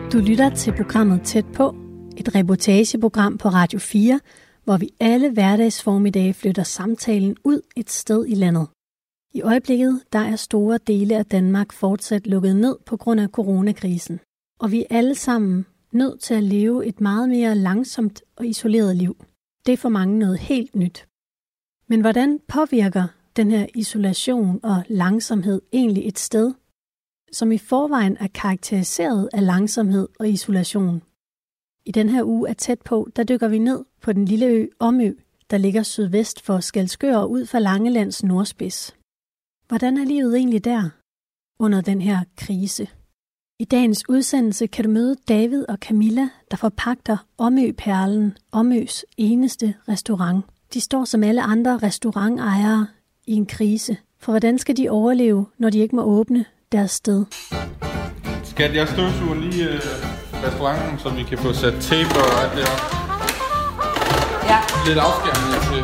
Du lytter til programmet Tæt på, et reportageprogram på Radio 4, hvor vi alle hverdagsformiddage flytter samtalen ud et sted i landet. I øjeblikket der er store dele af Danmark fortsat lukket ned på grund af coronakrisen, og vi er alle sammen nødt til at leve et meget mere langsomt og isoleret liv. Det er for mange noget helt nyt. Men hvordan påvirker den her isolation og langsomhed egentlig et sted, som i forvejen er karakteriseret af langsomhed og isolation? I den her uge af Tæt på, der dykker vi ned på den lille ø Omø, der ligger sydvest for Skælskør og ud for Langelands nordspids. Hvordan er livet egentlig der under den her krise? I dagens udsendelse kan du møde David og Camilla, der forpagter Omø-perlen, Omøs eneste restaurant. De står som alle andre restaurantejere i en krise. For hvordan skal de overleve, når de ikke må åbne deres sted? Skat, jeg støvsuger lige restauranten, så vi kan få sat tape og alt det her. Ja. Lidt afskærmning til.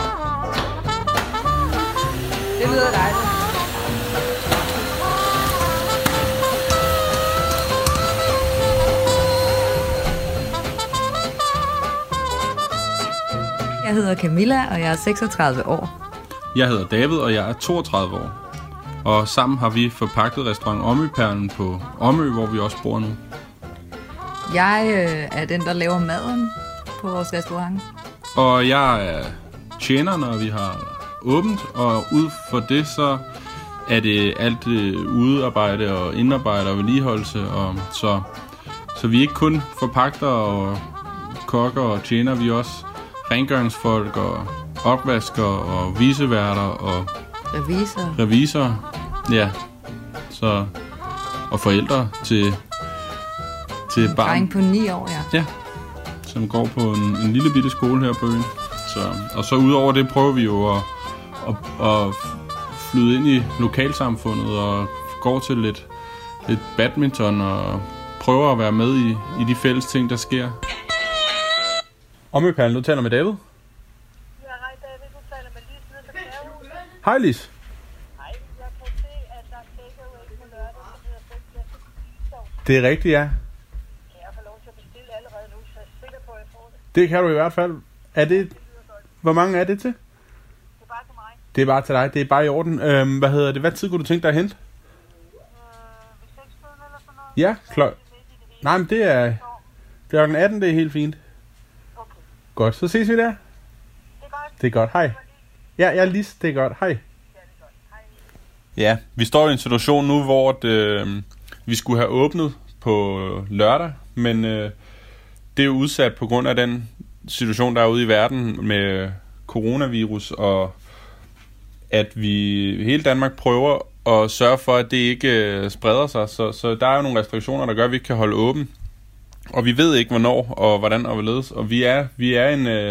Det lyder dejligt. Jeg hedder Camilla, og jeg er 36 år. Jeg hedder David, og jeg er 32 år. Og sammen har vi forpagtet restaurant Omø-perlen på Omø, hvor vi også bor nu. Jeg er den, der laver maden på vores restaurant. Og jeg er tjener, når vi har åbent, og ud for det, så er det alt udearbejde og indarbejde og vedligeholdelse. Og så vi er ikke kun forpagter og kokker og tjener, vi er også rengøringsfolk og opvasker og viseværter og revisorer. Ja. Så og forældre til barn. Dreng på 9 år, ja. Ja. Som går på en lille bitte skole her på øen. Og så udover det prøver vi jo at flyde ind i lokalsamfundet og går til lidt badminton og prøver at være med i de fælles ting, der sker. Omø-perlen, du taler med David. Ja, hej David, du taler med Lis nede på Kærhus. Hej Lis. Hej, jeg kan se, at der er takeaway på lørdag, som hedder Flæskesovs. Det er rigtigt, ja. Kan jeg få lov til at bestille allerede nu, så jeg er sikker på, at jeg får det? Det kan du i hvert fald. Hvor mange er det til? Det er bare til mig. Det er bare til dig, det er bare i orden. Hvad tid kunne du tænke dig at hente? Ved 6 eller sådan noget. Ja, nej, men det er klokken 18, det er helt fint. Okay. Godt, så ses vi der. Det er godt. Det er godt, hej. Ja, jeg er Lis, det er godt, hej. Ja, det er godt. Hej. Ja, vi står i en situation nu, hvor vi skulle have åbnet på lørdag, men det er jo udsat på grund af den situation, der er ude i verden med coronavirus, og at vi hele Danmark prøver at sørge for, at det ikke spreder sig. Så der er jo nogle restriktioner, der gør, at vi ikke kan holde åben. Og vi ved ikke, hvornår og hvordan og hvorledes. Og vi er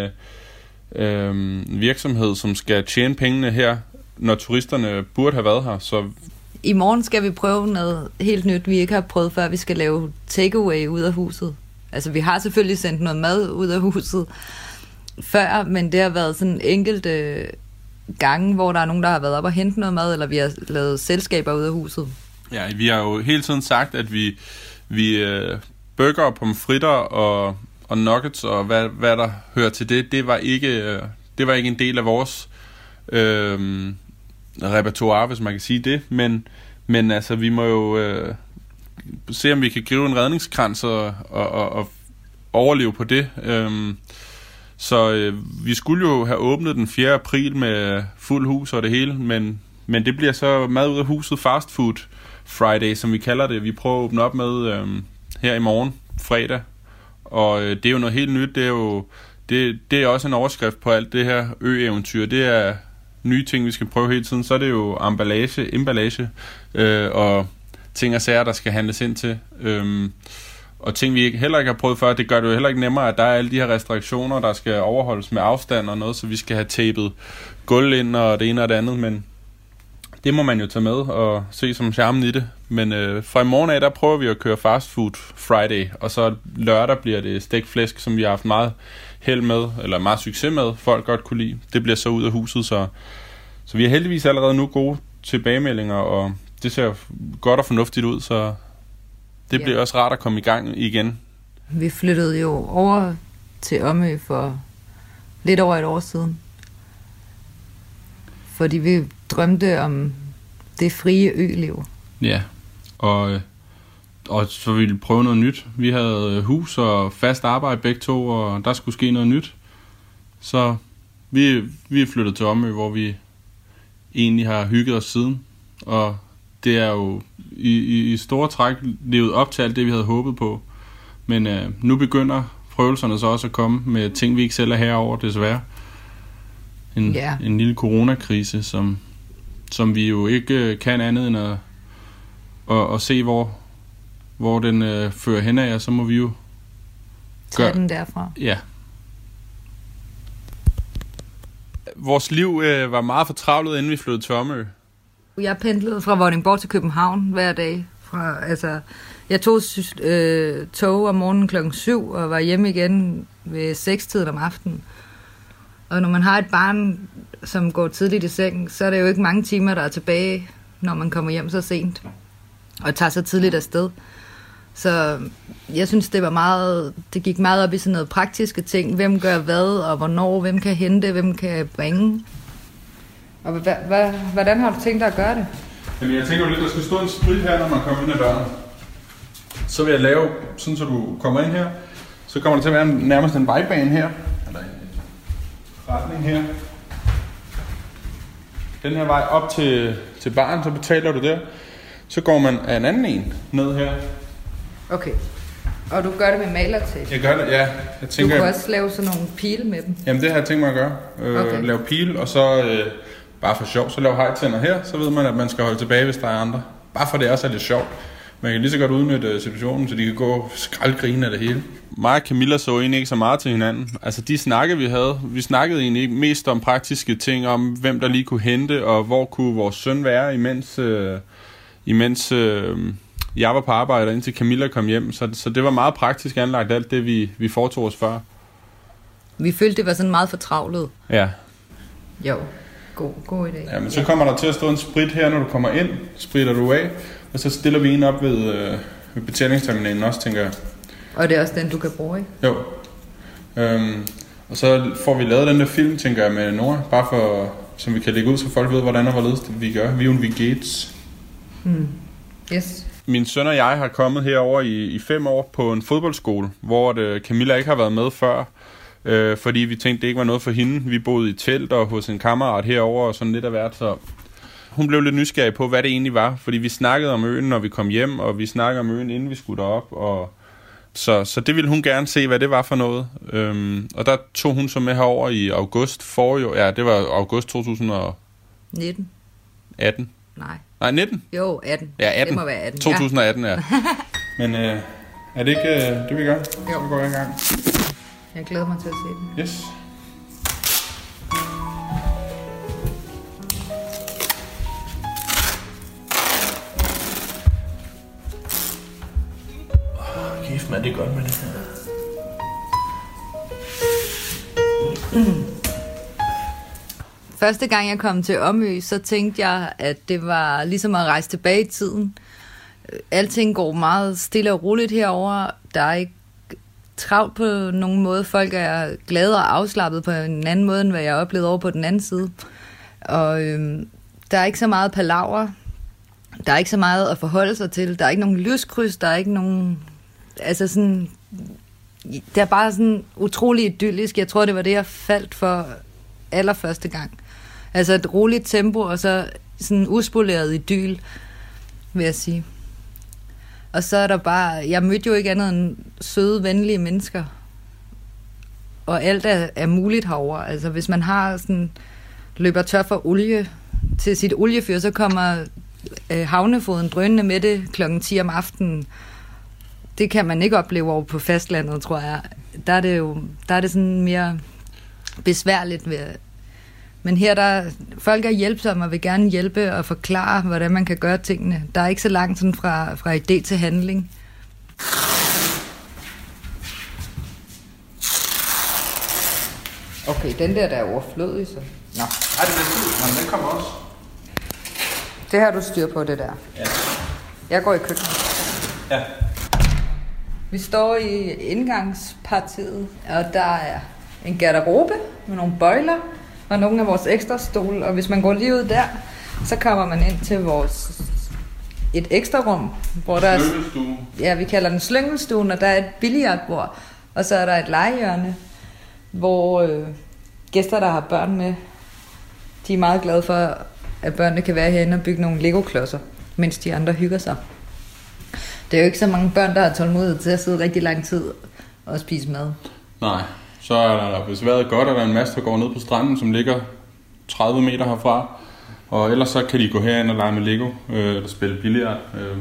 en virksomhed, som skal tjene pengene her, når turisterne burde have været her. Så I morgen skal vi prøve noget helt nyt, vi ikke har prøvet før. Vi skal lave takeaway ud af huset. Altså, vi har selvfølgelig sendt noget mad ud af huset før, men det har været sådan enkelte gange, hvor der er nogen, der har været op og hentet noget mad, eller vi har lavet selskaber ud af huset. Ja, vi har jo hele tiden sagt, at vi burger, pomfritter og nuggets og hvad der hører til det var ikke en del af vores repertoire, hvis man kan sige det. Men altså, vi må jo se, om vi kan gribe en redningskrans og overleve på det. Så vi skulle jo have åbnet den 4. april med fuld hus og det hele, men det bliver så mad ud af huset fast food Friday, som vi kalder det. Vi prøver at åbne op med her i morgen, fredag. Og det er jo noget helt nyt. Det er også en overskrift på alt det her ø-eventyr. Det er nye ting, vi skal prøve hele tiden. Så er det jo emballage og ting og sager, der skal handles ind til. Og ting, vi heller ikke har prøvet før, det gør det jo heller ikke nemmere, at der er alle de her restriktioner, der skal overholdes med afstand og noget, så vi skal have tapet gulv ind og det ene og det andet, men det må man jo tage med og se som charmen i det. Men fra i morgen af, der prøver vi at køre fast food Friday, og så lørdag bliver det stegt flæsk, som vi har haft meget held med, eller meget succes med, folk godt kunne lide. Det bliver så ud af huset, så vi har heldigvis allerede nu gode tilbagemeldinger, og det ser godt og fornuftigt ud, så Det bliver også rart at komme i gang igen. Vi flyttede jo over til Omø for lidt over et år siden. Fordi vi drømte om det frie øliv. Ja, og så ville vi prøve noget nyt. Vi havde hus og fast arbejde begge to, og der skulle ske noget nyt. Så vi er flyttet til Omø, hvor vi egentlig har hygget os siden. Og det er jo i store træk levet op til alt det, vi havde håbet på. Men nu begynder prøvelserne så også at komme med ting, vi ikke selv er herover, desværre. En lille coronakrise, som vi jo ikke kan andet end at se, hvor den fører hen af, og så må vi jo tage den derfra. Ja. Vores liv var meget fortravlet, inden vi flyttede til Omø. Jeg pendlede fra Vordingborg til København hver dag. Jeg tog tog om morgenen 7:00 og var hjemme igen ved 6-tiden om aftenen. Og når man har et barn, som går tidligt i seng, så er det jo ikke mange timer, der er tilbage, når man kommer hjem så sent og tager så tidligt afsted. Så jeg synes, det gik meget op i sådan noget praktiske ting. Hvem gør hvad, og hvornår, hvem kan hente, hvem kan bringe. Og hvordan har du tænkt dig at gøre det? Jamen, jeg tænker jo lidt, der skal stå en sprit her, når man kommer ind ad døren. Så vil jeg lave, sådan så du kommer ind her, så kommer der til at være nærmest en vejbane her, eller en retning her. Den her vej op til baren, så betaler du der. Så går man af en anden en ned her. Okay. Og du gør det med malertape? Jeg gør det, ja. Du kan også lave sådan nogle pile med dem? Jamen, det har jeg tænkt mig at gøre. Okay. Lave pile, og så bare for sjov, så lave hejtænder her. Så ved man, at man skal holde tilbage, hvis der er andre. Bare for det også er lidt sjovt. Man kan lige så godt udnytte situationen, så de kan gå skraldgrine af det hele. Mig og Camilla så egentlig ikke så meget til hinanden. Altså de snakke, vi havde, vi snakkede egentlig mest om praktiske ting, om hvem der lige kunne hente, og hvor kunne vores søn være, imens jeg var på arbejde, og indtil Camilla kom hjem. Så det var meget praktisk anlagt, alt det, vi foretog os før. Vi følte, det var sådan meget fortravlet. Ja. Jo, god idé. Ja, men så kommer der til at stå en sprit her, når du kommer ind. Spritter du af, og så stiller vi en op ved betalingsterminalen også, tænker jeg. Og det er også den, du kan bruge, ikke? Jo. Og så får vi lavet den der film, tænker jeg, med Nora, bare for, som vi kan lægge ud, så folk ved, hvordan og hvorledes vi gør. Vi er jo en Gates. Yes. Min søn og jeg har kommet herover i 5 år på en fodboldskole, hvor Camilla ikke har været med før, fordi vi tænkte, det ikke var noget for hende. Vi boede i telt og hos en kammerat herover og sådan lidt af hvert, så hun blev lidt nysgerrig på, hvad det egentlig var, fordi vi snakkede om øen, når vi kom hjem, og vi snakkede om øen, inden vi skulle derop, og så det ville hun gerne se, hvad det var for noget. Og der tog hun så med herover i august forrige år. Ja, det var august 2019. 18? Nej, 19? Jo, 18. Ja, 18. Det må være 18. 2018, ja. Men er det ikke det, vi gør? Jo. Så går jeg i gang. Jeg glæder mig til at se den. Yes. Kæft, man, det er godt med det her. Første gang jeg kom til Omø, så tænkte jeg, at det var ligesom at rejse tilbage i tiden. Alting går meget stille og roligt herover. Der er ikke travlt på nogen måde. Folk er glade og afslappet på en anden måde, end hvad jeg oplevede over på den anden side. Og der er ikke så meget palaver. Der er ikke så meget at forholde sig til. Der er ikke nogen lyskryds. Der er ikke nogen... Altså sådan... Det er bare sådan utrolig idyllisk. Jeg tror, det var det, jeg faldt for allerførste gang. Altså et roligt tempo, og så sådan uspoleret idyl, vil jeg sige. Og så er der bare... Jeg mødte jo ikke andet end søde, venlige mennesker. Og alt er muligt herover. Altså hvis man har sådan... løber tør for olie til sit oliefyr, så kommer havnefoden drønende med det klokken 10 om aftenen. Det kan man ikke opleve over på fastlandet, tror jeg. Der er det sådan mere besværligt ved. Men her folk er hjælpsomme og vil gerne hjælpe og forklare, hvordan man kan gøre tingene. Der er ikke så langt sådan fra idé til handling. Okay, den der er overflødig, så. Nå. Nej, det er det. Den kommer også. Det har du styr på, det der. Ja. Jeg går i køkkenet. Ja. Vi står i indgangspartiet, og der er en garderobe med nogle bøjler og nogle af vores ekstra stole. Og hvis man går lige ud der, så kommer man ind til et ekstra rum, hvor der er... Slyngelstue. Ja, vi kalder den slyngelstuen, og der er et billiardbord. Og så er der et legehjørne, hvor gæster, der har børn med, de er meget glade for, at børnene kan være herinde og bygge nogle Lego-klodser, mens de andre hygger sig. Det er jo ikke så mange børn, der har tålmodighed til at sidde rigtig lang tid og spise mad. Nej, så er der, hvis vejret er godt, er der en masse, der går ned på stranden, som ligger 30 meter herfra. Og ellers så kan de gå herind og lege med Lego, eller spille billard.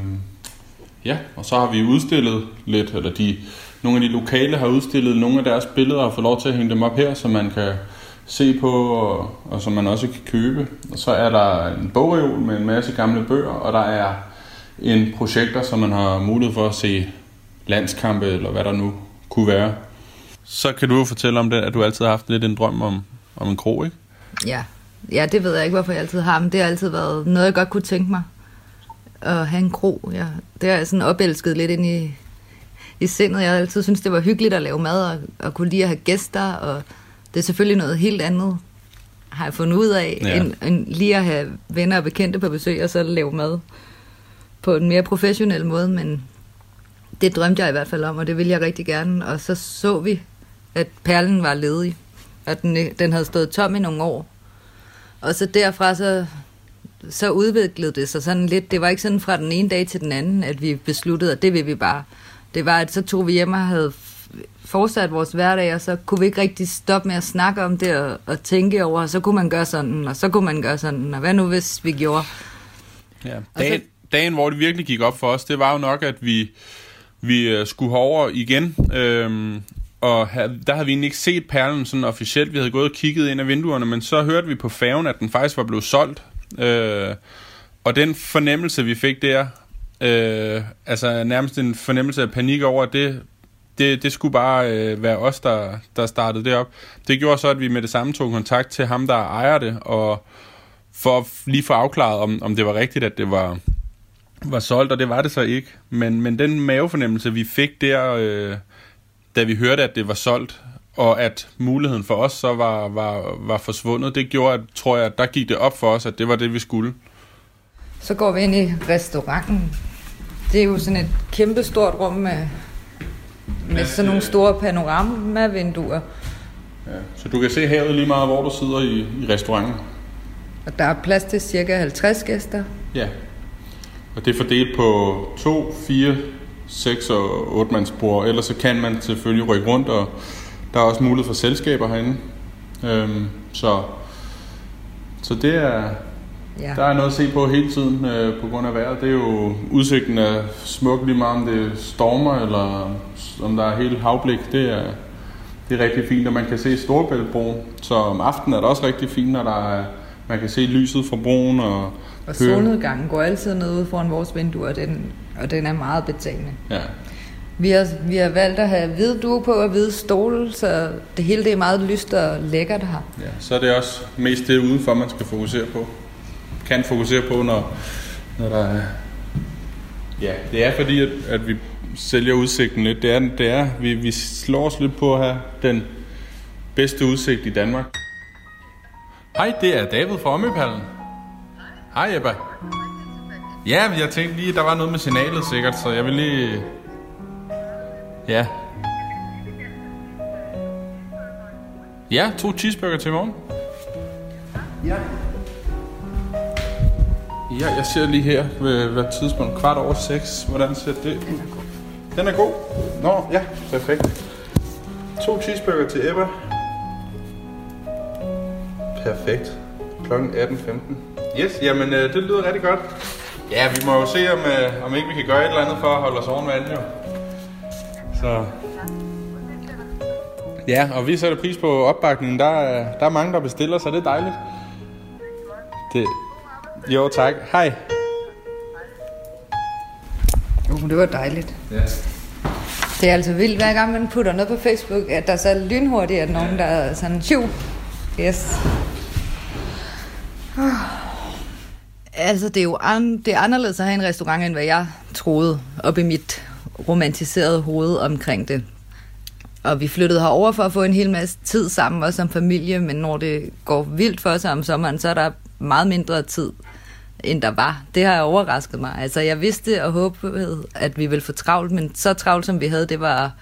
Ja, og så har vi udstillet lidt, eller nogle af de lokale har udstillet nogle af deres billeder og fået lov til at hænge dem op her, så man kan se på, og som man også kan købe. Og så er der en bogreol med en masse gamle bøger, og der er en projekter, så man har mulighed for at se landskampe, eller hvad der nu kunne være. Så kan du jo fortælle om det, at du altid har haft lidt en drøm om en kro, ikke? Ja, det ved jeg ikke, hvorfor jeg altid har, men det har altid været noget, jeg godt kunne tænke mig. At have en kro, ja. Det har jeg sådan opelsket lidt ind i sindet. Jeg har altid syntes, det var hyggeligt at lave mad, og kunne lide at have gæster, og det er selvfølgelig noget helt andet, har jeg fundet ud af, end lige at have venner og bekendte på besøg, og så lave mad på en mere professionel måde, men det drømte jeg i hvert fald om, og det ville jeg rigtig gerne. Og så vi, at perlen var ledig, og den havde stået tom i nogle år. Og så derfra så udviklede det sig sådan lidt. Det var ikke sådan fra den ene dag til den anden, at vi besluttede, at det vil vi bare. Det var, at så tog vi hjem og havde fortsat vores hverdag, og så kunne vi ikke rigtig stoppe med at snakke om det og tænke over, og så kunne man gøre sådan, og så kunne man gøre sådan, og hvad nu hvis vi gjorde? Ja, dagen, hvor det virkelig gik op for os, det var jo nok, at vi skulle herover igen, og der havde vi egentlig ikke set perlen sådan officielt. Vi havde gået og kigget ind af vinduerne, men så hørte vi på færgen, at den faktisk var blevet solgt. Og den fornemmelse, vi fik der, altså nærmest en fornemmelse af panik over, at det skulle bare være os, der startede det op. Det gjorde så, at vi med det samme tog kontakt til ham, der ejer det, og for lige få afklaret, om det var rigtigt, at det var solgt, og det var det så ikke. Men den mavefornemmelse, vi fik der, da vi hørte, at det var solgt, og at muligheden for os så var forsvundet, det gjorde, tror jeg, at der gik det op for os, at det var det, vi skulle. Så går vi ind i restauranten. Det er jo sådan et kæmpe stort rum med sådan nogle store panoramavinduer. Ja, så du kan se havet lige meget, hvor du sidder i restauranten. Og der er plads til cirka 50 gæster. Ja, og det er fordelt på 2, 4, 6 og 8 mandsbord. Ellers så kan man selvfølgelig rykke rundt, og der er også mulighed for selskaber herinde. Så det er... Ja. Der er noget at se på hele tiden på grund af vejret. Det er jo udsigten af smuk lige meget, om det stormer, eller om der er helt havblik. Det er rigtig fint, og man kan se Storebæltsbroen. Så om aftenen er det også rigtig fint, når man kan se lyset fra broen. Og solnedgangen går altid ned ude foran vores vinduer, og den er meget betagende. Ja. Vi har valgt at have hvide duer på og hvide stole, så det hele det er meget lyst og lækkert her. Ja, så er det også mest det udenfor, man skal fokusere på. Kan fokusere på, når der er... Ja, det er fordi, at vi sælger udsigten lidt. Det er vi slår os lidt på at have den bedste udsigt i Danmark. Hej, det er David fra Omøpallen. Hej, Ebba. Ja, jeg tænkte lige, at der var noget med signalet sikkert, så jeg vil lige... Ja. Ja, 2 cheeseburger til i morgen. Ja. Ja, jeg ser lige her ved hvad tidspunkt, 6:15. Hvordan ser det ud? Den er god. Nå, ja, perfekt. 2 cheeseburger til Ebba. Perfekt. Klokken 18:15. Yes, jamen det lyder rigtig godt. Ja, vi må jo se, om ikke vi kan gøre et eller andet for at holde os oven vandet, jo. Så... Ja, og vi sætter pris på opbakningen. Der er mange, der bestiller, så det er dejligt. Jo, tak. Hej. Det var dejligt. Ja. Det er altså vildt, hver gang man putter noget på Facebook, at der så lynhurtigt er nogen, der er sådan, yes. Altså, det er jo det er anderledes at have en restaurant, end hvad jeg troede, op i mit romantiseret hoved omkring det. Og vi flyttede herover for at få en hel masse tid sammen, også som familie, men når det går vildt for sig om sommeren, så er der meget mindre tid, end der var. Det har overrasket mig. Altså, jeg vidste og håbede, at vi ville få travlt, men så travlt, som vi havde, det var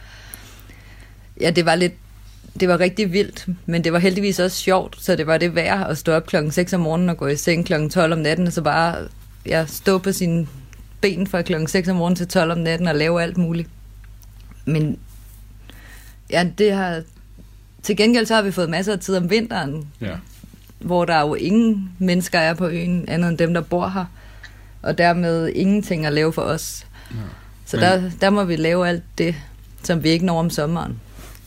rigtig vildt, men det var heldigvis også sjovt, så det var det værd at stå op klokken 6 om morgenen og gå i seng klokken 12 om natten, og så bare stå på sine ben fra klokken 6 om morgenen til 12 om natten og lave alt muligt. Men ja, til gengæld så har vi fået masser af tid om vinteren, hvor der jo ingen mennesker er på øen, andet end dem, der bor her, og dermed ingenting at lave for os. Ja. Så der må vi lave alt det, som vi ikke når om sommeren.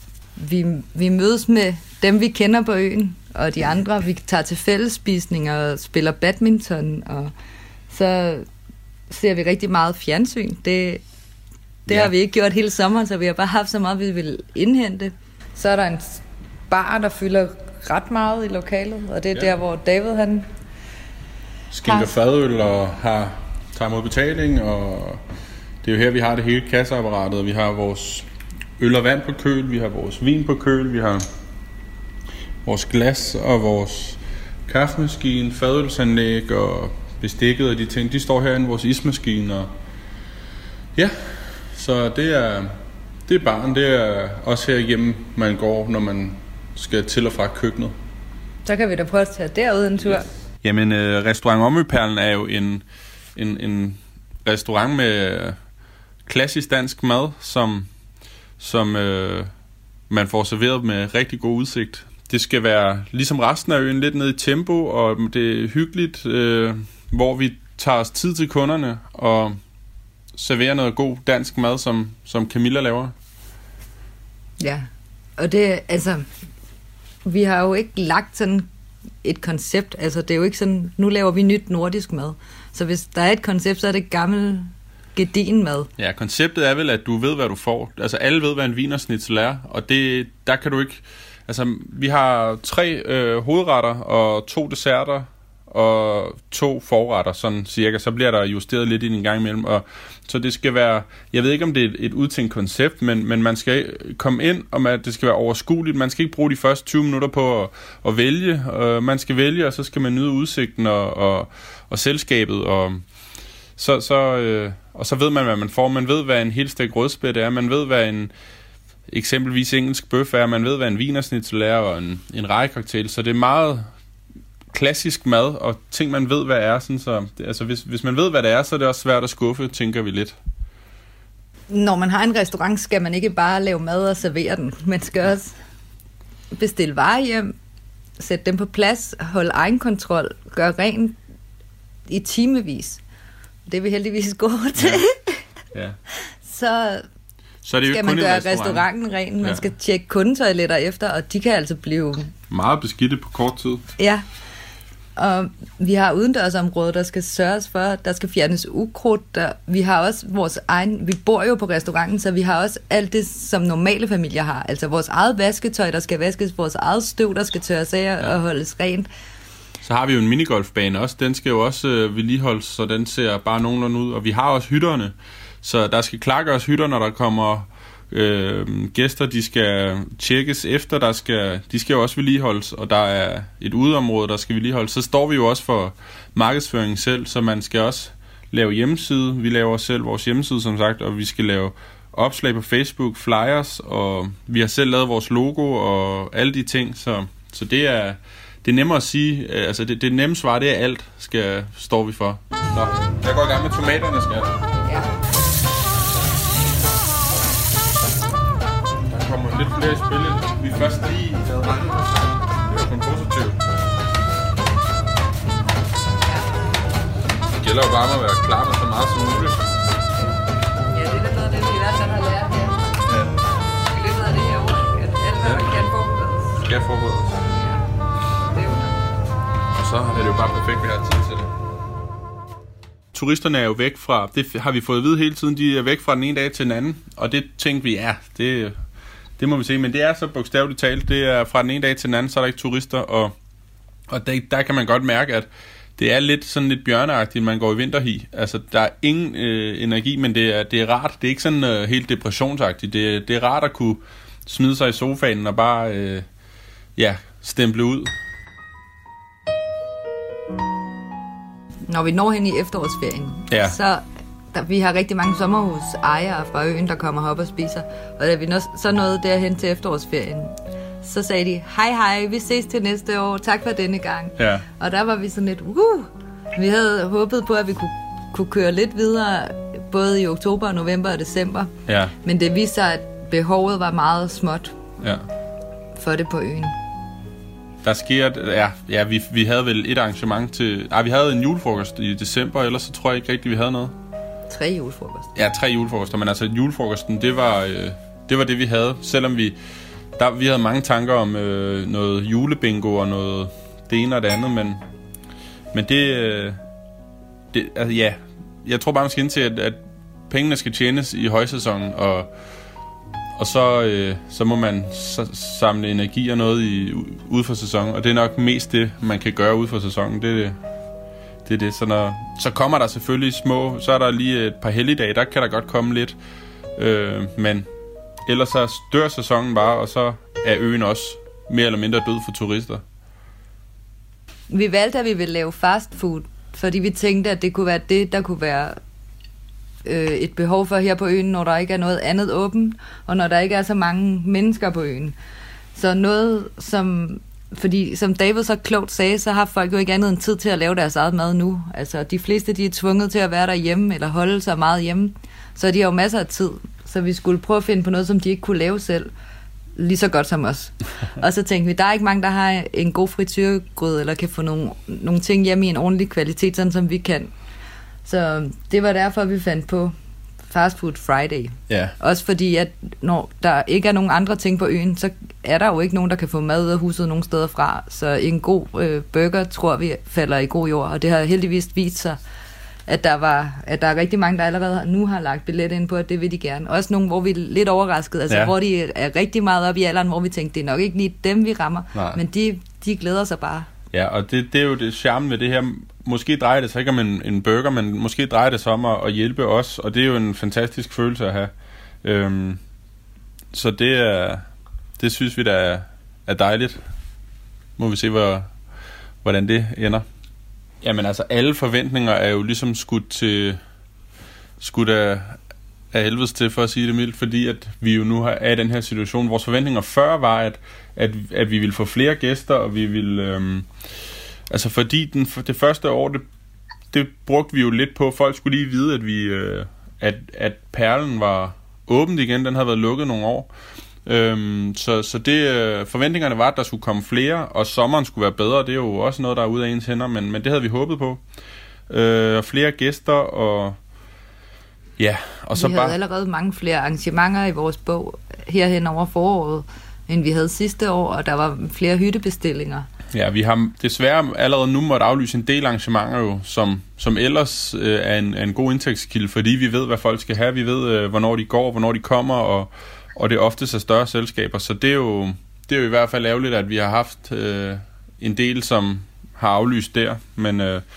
Vi mødes med dem, vi kender på øen, og de andre, vi tager til fællesspisninger og spiller badminton, og så ser vi rigtig meget fjernsyn. Det har vi ikke gjort hele sommeren, så vi har bare haft så meget, vi vil indhente. Så er der en bar, der fylder ret meget i lokalet, og det er der, hvor David han skænker fadøl og tager mod betaling, og det er jo her, vi har det hele kasseapparatet, og vi har vores øl og vand på køl, vi har vores vin på køl, vi har vores glas og vores kaffemaskine, fadølsanlæg og bestikket og de ting, de står herinde i vores ismaskine, og ja, så det er baren, det er også her hjemme, man går, når man skal til og fra køkkenet. Så kan vi da prøve at tage derud en tur. Yes. Jamen, restaurant Omøperlen er jo en restaurant med klassisk dansk mad, som man får serveret med rigtig god udsigt. Det skal være ligesom resten af øen, lidt ned i tempo, og det er hyggeligt, hvor vi tager os tid til kunderne og serverer noget god dansk mad, som Camilla laver. Ja, og det, altså, vi har jo ikke lagt sådan et koncept, altså det er jo ikke sådan, nu laver vi nyt nordisk mad, så hvis der er et koncept, så er det gammel gedigen mad. Ja, konceptet er vel, at du ved, hvad du får. Altså alle ved, hvad en wienerschnitzel er, og der kan du ikke, altså vi har 3 hovedretter og 2 desserter og 2 forretter, sådan cirka, så bliver der justeret lidt i en gang imellem, og så det skal være, jeg ved ikke om det er et udtænkt koncept, men man skal komme ind, og det skal være overskueligt, man skal ikke bruge de første 20 minutter på at vælge, man skal vælge, og så skal man nyde udsigten og selskabet, og så ved man, hvad man får, man ved, hvad en helstegt rødspætte er, man ved, hvad en eksempelvis engelsk bøf er, man ved, hvad en wienerschnitzel er, og en rejecocktail, så det er meget klassisk mad, og ting, man ved, hvad er. Sådan, så, altså, hvis man ved, hvad det er, så er det også svært at skuffe, tænker vi lidt. Når man har en restaurant, skal man ikke bare lave mad og servere den. Man skal også bestille varer hjem, sætte dem på plads, holde egenkontrol, gøre rent i timevis. Det er vi heldigvis gode til. Ja. Så er det jo skal man gøre restauranten ren. Man skal tjekke kundetoiletter efter, og de kan altså blive meget beskidte på kort tid. Ja. Og vi har udendørsområder, der skal sørges for, der skal fjernes ukrudt. Vi har også vores egen, vi bor jo på restauranten, så vi har også alt det, som normale familier har. Altså vores eget vasketøj, der skal vaskes, vores eget støv, der skal tørres af og holdes rent. Så har vi jo en minigolfbane også, den skal jo også vedligeholdes, så den ser bare nogenlunde ud. Og vi har også hytterne, så der skal klargøres hytter, når der kommer gæster, de skal tjekkes efter, de skal jo også vedligeholdes, og der er et udeområde, der skal vedligeholdes. Så står vi jo også for markedsføringen selv, så man skal også lave hjemmeside. Vi laver selv vores hjemmeside, som sagt, og vi skal lave opslag på Facebook, flyers, og vi har selv lavet vores logo og alle de ting, så det er nemmere at sige, altså det nemme svar, det er alt, står vi for. Nå, jeg går i gang med tomaterne, skat. Ja. Der kommer lidt flere i spillet. Vi er først lige lavet regn. Det er kun positivt. Det gælder jo bare at være klar med så meget som muligt. Ja, det er noget af det, vi i hvert fald har lært her. Ja. I løbet af det her år, at alt, hvad man kan forberedes. Skal forberedes. Og så er det jo bare perfekt, vi har tid til det. Turisterne er jo væk fra, det har vi fået at vide hele tiden, de er væk fra den ene dag til den anden, og det tænkte vi, ja, det må vi se, men det er så bogstaveligt talt, det er fra den ene dag til den anden, så er der ikke turister, og der kan man godt mærke, at det er lidt sådan lidt bjørneagtigt, man går i vinterhi. Altså, der er ingen energi, men det er rart. Det er ikke sådan helt depressionsagtigt. Det er rart at kunne smide sig i sofaen og bare stemple ud. Når vi når hen i efterårsferien, så vi har rigtig mange sommerhusejere fra øen, der kommer op og spiser. Og da vi så nåede derhen til efterårsferien, så sagde de, hej, vi ses til næste år, tak for denne gang. Ja. Og der var vi sådan lidt, vi havde håbet på, at vi kunne køre lidt videre, både i oktober, november og december. Ja. Men det viste sig, at behovet var meget småt for det på øen. Der sker, vi havde vel et arrangement til... vi havde en julefrokost i december, ellers så tror jeg ikke rigtigt, vi havde noget. 3 julefrokoster. Ja, 3 julefrokoster, men altså julefrokosten, det var det, vi havde. Selvom vi havde mange tanker om noget julebingo og noget det ene og det andet, men jeg tror bare, man skal indse, at pengene skal tjenes i højsæsonen, og så må man samle energi og noget ude for sæsonen, og det er nok mest det, man kan gøre ude for sæsonen. Det er det. Så kommer der selvfølgelig så er der lige et par helligdage, der kan der godt komme lidt, men ellers så dør sæsonen bare, og så er øen også mere eller mindre død for turister. Vi valgte, at vi ville lave fast food, fordi vi tænkte, at det kunne være det, der kunne være et behov for her på øen, når der ikke er noget andet åbent, og når der ikke er så mange mennesker på øen. Så noget, fordi som David så klogt sagde, så har folk jo ikke andet end tid til at lave deres eget mad nu. Altså, de fleste, de er tvunget til at være derhjemme, eller holde sig meget hjemme, så de har jo masser af tid. Så vi skulle prøve at finde på noget, som de ikke kunne lave selv, lige så godt som os. Og så tænkte vi, der er ikke mange, der har en god frityrgryde, eller kan få nogle ting hjemme i en ordentlig kvalitet, sådan som vi kan. Så det var derfor, vi fandt på Fast Food Friday. Ja. Også fordi, at når der ikke er nogen andre ting på øen, så er der jo ikke nogen, der kan få mad ud af huset nogen steder fra. Så en god burger, tror vi, falder i god jord. Og det har heldigvis vist sig, at der er rigtig mange, der allerede nu har lagt billet ind på, at det vil de gerne. Også nogle, hvor vi er lidt overrasket, altså hvor de er rigtig meget op i alderen, hvor vi tænkte, det er nok ikke lige dem, vi rammer. Nej. Men de glæder sig bare. Ja, og det er jo det charme ved det her. Måske drejer det sig ikke om en burger, men måske drejer det sig om at hjælpe os, og det er jo en fantastisk følelse at have. Så det synes vi da er dejligt. Må vi se, hvordan det ender. Jamen altså, alle forventninger er jo ligesom skudt af helvedes til, for at sige det mildt, fordi at vi jo nu er i den her situation. Vores forventninger før var, at vi ville få flere gæster, og vi ville... altså fordi det første år, det brugte vi jo lidt på. Folk skulle lige vide, at Perlen var åbent igen. Den havde været lukket nogle år. Så det forventningerne var, at der skulle komme flere, og sommeren skulle være bedre. Det er jo også noget, der er ude af ens hænder, men det havde vi håbet på. Flere gæster, og ja, og så vi havde allerede mange flere arrangementer i vores bog herhen over foråret, end vi havde sidste år, og der var flere hyttebestillinger. Ja, vi har desværre allerede nu måtte aflyse en del arrangementer jo, som ellers er en god indtægtskilde, fordi vi ved, hvad folk skal have. Vi ved, hvornår de går, hvornår de kommer, og det er oftest af større selskaber. Så det er jo i hvert fald ærgerligt, at vi har haft en del, som har aflyst der. Men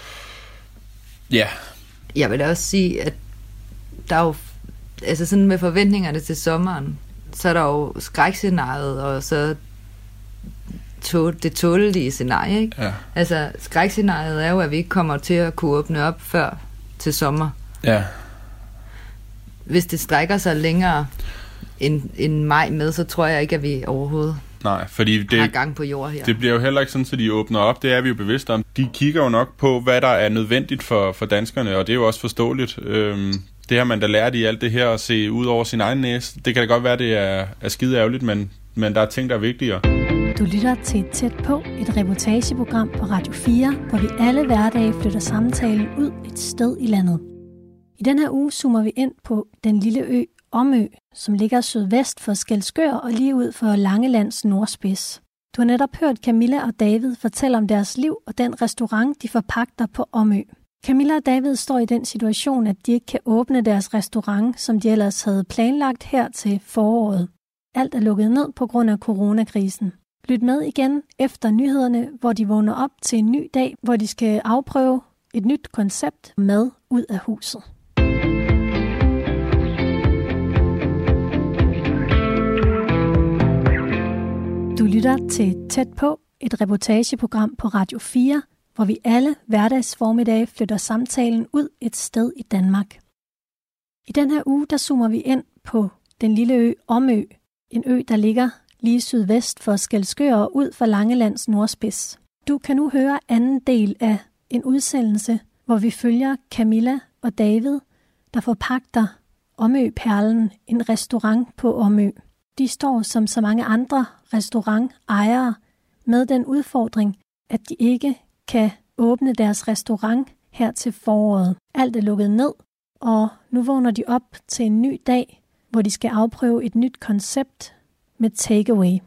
ja. Jeg vil da også sige, at der er jo, altså sådan med forventningerne til sommeren, så er der jo skrækscenariet, og så det tålelige scenarie, ikke? Ja. Altså, skrækscenariet er jo, at vi ikke kommer til at kunne åbne op før til sommer. Ja. Hvis det strækker sig længere end maj med, så tror jeg ikke, at vi overhovedet fordi det har gang på jord her. Det bliver jo heller ikke sådan, at de åbner op. Det er vi jo bevidste om. De kigger jo nok på, hvad der er nødvendigt for danskerne, og det er jo også forståeligt. Det har man da lært i alt det her, at se ud over sin egen næse. Det kan da godt være, det er skide ærgerligt, men der er ting, der er vigtigere. Du lytter til Tæt på, et reportageprogram på Radio 4, hvor vi alle hverdage flytter samtalen ud et sted i landet. I den her uge zoomer vi ind på den lille ø Omø, som ligger sydvest for Skælskør og lige ud for Langelands nordspids. Du har netop hørt Camilla og David fortælle om deres liv og den restaurant, de forpagter på Omø. Camilla og David står i den situation, at de ikke kan åbne deres restaurant, som de ellers havde planlagt her til foråret. Alt er lukket ned på grund af coronakrisen. Lyt med igen efter nyhederne, hvor de vågner op til en ny dag, hvor de skal afprøve et nyt koncept mad ud af huset. Du lytter til Tæt på, et reportageprogram på Radio 4, hvor vi alle hverdagsformiddage flytter samtalen ud et sted i Danmark. I den her uge, der zoomer vi ind på den lille ø Omø, en ø, der ligger lige sydvest for Skælskør og ud for Langelands nordspids. Du kan nu høre anden del af en udsendelse, hvor vi følger Camilla og David, der forpagter Omø-perlen, en restaurant på Omø. De står som så mange andre restaurantejere med den udfordring, at de ikke kan åbne deres restaurant her til foråret. Alt er lukket ned, og nu vågner de op til en ny dag, hvor de skal afprøve et nyt koncept med takeaway.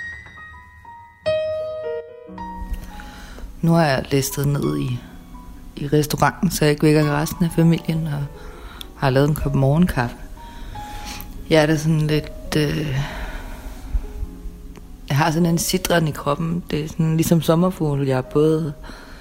Nu har jeg listet ned i restauranten, så jeg ikke vækker resten af familien, og har lavet en kop morgenkaffe. Jeg er da sådan lidt... Jeg har sådan en sidren i kroppen. Det er sådan ligesom sommerfugl. Jeg er både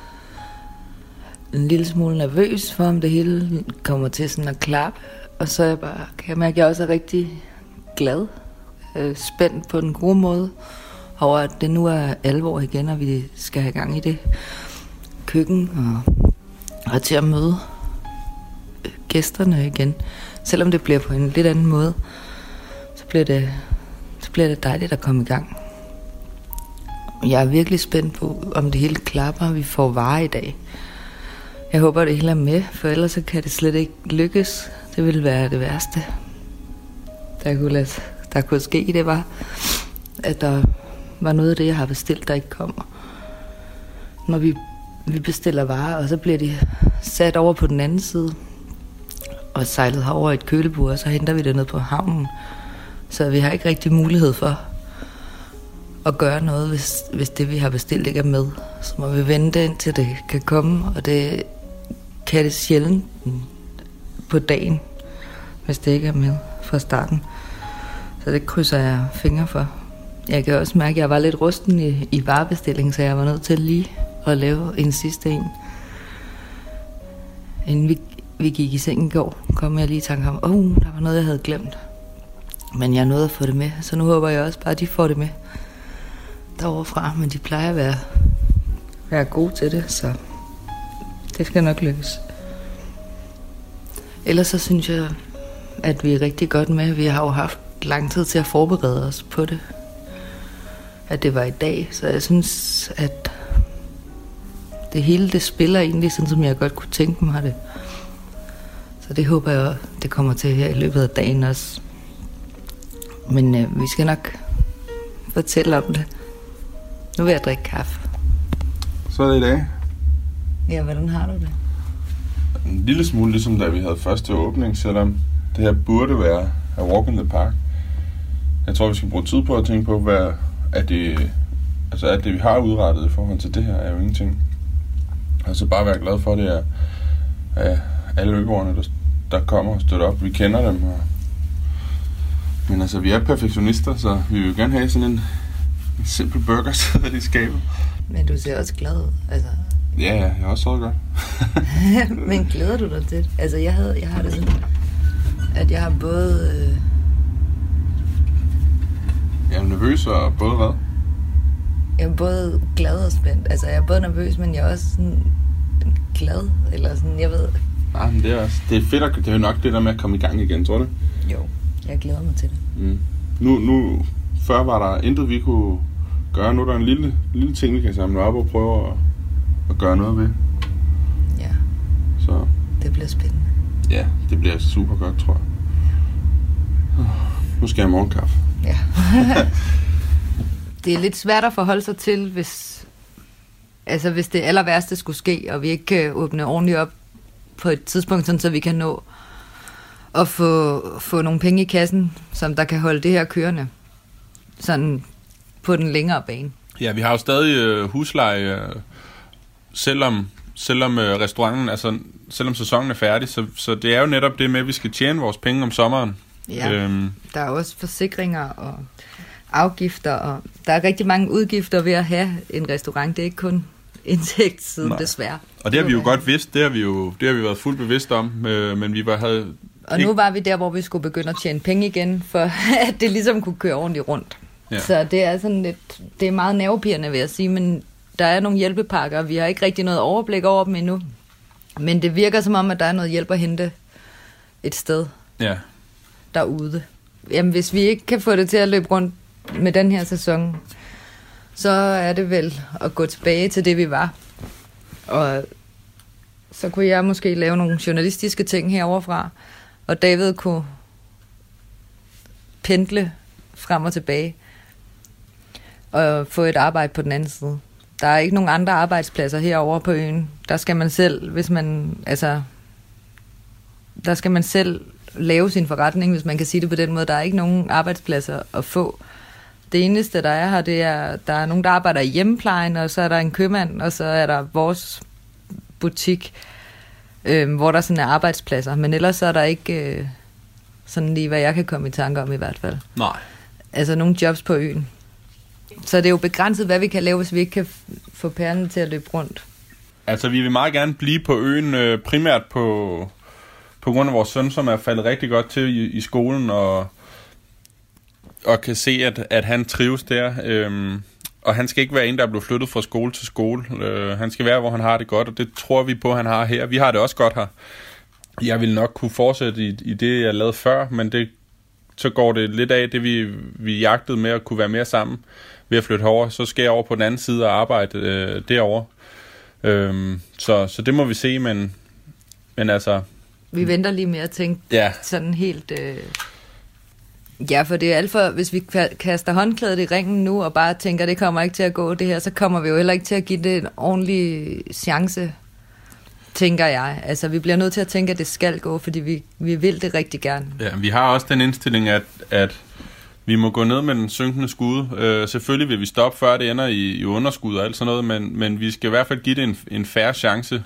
en lille smule nervøs for, om det hele kommer til sådan at klappe. Og så kan jeg mærke, at jeg også er rigtig glad. Spændt på den gode måde over, at det nu er alvor igen, og vi skal have gang i det køkken og til at møde gæsterne igen. Selvom det bliver på en lidt anden måde, så bliver det dejligt at komme i gang. Jeg er virkelig spændt på, om det hele klapper, og vi får varer i dag. Jeg håber, det hele er med, for ellers så kan det slet ikke lykkes. Det ville være det værste, der kunne ske. Det var, at der var noget af det, jeg har bestilt, der ikke kommer. Når vi bestiller varer, og så bliver de sat over på den anden side, og sejlet herover i et kølebur, og så henter vi det ned på havnen. Så vi har ikke rigtig mulighed for at gøre noget, hvis det, vi har bestilt, ikke er med. Så må vi vente, indtil det kan komme, og det kan det sjældent på dagen, hvis det ikke er med fra starten. Så det krydser jeg fingre for. Jeg kan også mærke, at jeg var lidt rusten i varebestilling, så jeg var nødt til lige at lave en sidste en. Inden vi gik i seng i går, kom jeg lige i tanke om, der var noget, jeg havde glemt. Men jeg nåede at få det med, så nu håber jeg også bare, at de får det med deroverfra. Men de plejer at være gode til det, så det skal nok lykkes. Ellers så synes jeg, at vi er rigtig godt med. Vi har jo haft lang tid til at forberede os på det. At det var i dag, så jeg synes, at det hele det spiller egentlig sådan, som jeg godt kunne tænke mig det. Så det håber jeg, det kommer til her i løbet af dagen også. Men vi skal nok fortælle om det. Nu vil jeg drikke kaffe. Så er det i dag. Ja, hvordan har du det? En lille smule ligesom da vi havde første åbning, selvom det her burde være a walk in the park. Jeg tror, vi skal bruge tid på at tænke på, hvad er det, altså at det vi har udrettet i forhold til det her, er jo ingenting. Altså bare være glad for, det er alle øboerne, der kommer og støtter op. Vi kender dem, men altså vi er perfektionister, så vi vil gerne have sådan en simpel burger, så de skaber. Men du ser også glad ud, altså. Ja, jeg har også sovet godt. Men glæder du dig til det? Altså jeg har det sådan, at jeg har både... Jeg er nervøs og både hvad? Jeg er både glad og spændt. Altså jeg er både nervøs, men jeg er også sådan glad, eller sådan, jeg ved... Nej, men det er fedt, det er jo nok det der med at komme i gang igen, tror du? Jo, jeg glæder mig til det. Mm. Nu, før var der intet, vi kunne gøre. Nu er der en lille ting, vi kan samle op og prøve at gøre noget ved. Ja, så det bliver spændende. Ja, det bliver super godt, tror jeg. Nu skal jeg have morgenkaffe. Ja. Det er lidt svært at forholde sig til, hvis det aller værste skulle ske, og vi ikke kan åbne ordentligt op på et tidspunkt, sådan, så vi kan nå at få nogle penge i kassen, som der kan holde det her kørende, sådan på den længere bane. Ja, vi har jo stadig husleje, selvom restauranten, altså selvom sæsonen er færdig, så det er jo netop det med, at vi skal tjene vores penge om sommeren. Ja, der er også forsikringer og afgifter, og der er rigtig mange udgifter ved at have en restaurant. Det er ikke kun indtægtssiden, desværre. Og det har vi jo godt vidst, det har vi været fuldt bevidst om, men vi havde... Og nu var vi der, hvor vi skulle begynde at tjene penge igen, for at det ligesom kunne køre ordentligt rundt. Ja. Så det er sådan lidt, det er meget nervepirrende, vil jeg sige, men der er nogle hjælpepakker, og vi har ikke rigtig noget overblik over dem endnu. Men det virker som om, at der er noget hjælp at hente et sted derude. Jamen, hvis vi ikke kan få det til at løbe rundt med den her sæson, så er det vel at gå tilbage til det, vi var. Og så kunne jeg måske lave nogle journalistiske ting heroverfra, og David kunne pendle frem og tilbage og få et arbejde på den anden side. Der er ikke nogen andre arbejdspladser herovre på øen. Der skal man selv, der skal man selv lave sin forretning, hvis man kan sige det på den måde. Der er ikke nogen arbejdspladser at få. Det eneste, der er her, det er, der er nogen, der arbejder i hjemmeplejen, og så er der en købmand, og så er der vores butik, hvor der sådan er arbejdspladser. Men ellers så er der ikke sådan lige, hvad jeg kan komme i tanke om i hvert fald. Nej. Altså nogle jobs på øen. Så det er jo begrænset, hvad vi kan lave, hvis vi ikke kan få pærlen til at løbe rundt. Altså, vi vil meget gerne blive på øen, primært på grund af vores søn, som er faldet rigtig godt til i skolen, og kan se, at han trives der. Og han skal ikke være en, der er blevet flyttet fra skole til skole. Han skal være, hvor han har det godt, og det tror vi på, han har her. Vi har det også godt her. Jeg ville nok kunne fortsætte i det, jeg lavede før, men så går det lidt af det, vi jagtede med at kunne være mere sammen ved at flytte herover. Så skal jeg over på den anden side og arbejde derovre. Så det må vi se, men altså... Vi venter lige med at tænke sådan helt... Ja, for det er alt for... Hvis vi kaster håndklædet i ringen nu, og bare tænker, det kommer ikke til at gå det her, så kommer vi jo heller ikke til at give det en ordentlig chance, tænker jeg. Altså, vi bliver nødt til at tænke, at det skal gå, fordi vi vil det rigtig gerne. Ja, vi har også den indstilling, at vi må gå ned med den synkende skude. Selvfølgelig vil vi stoppe, før det ender i underskud og alt sådan noget, men vi skal i hvert fald give det en fair chance,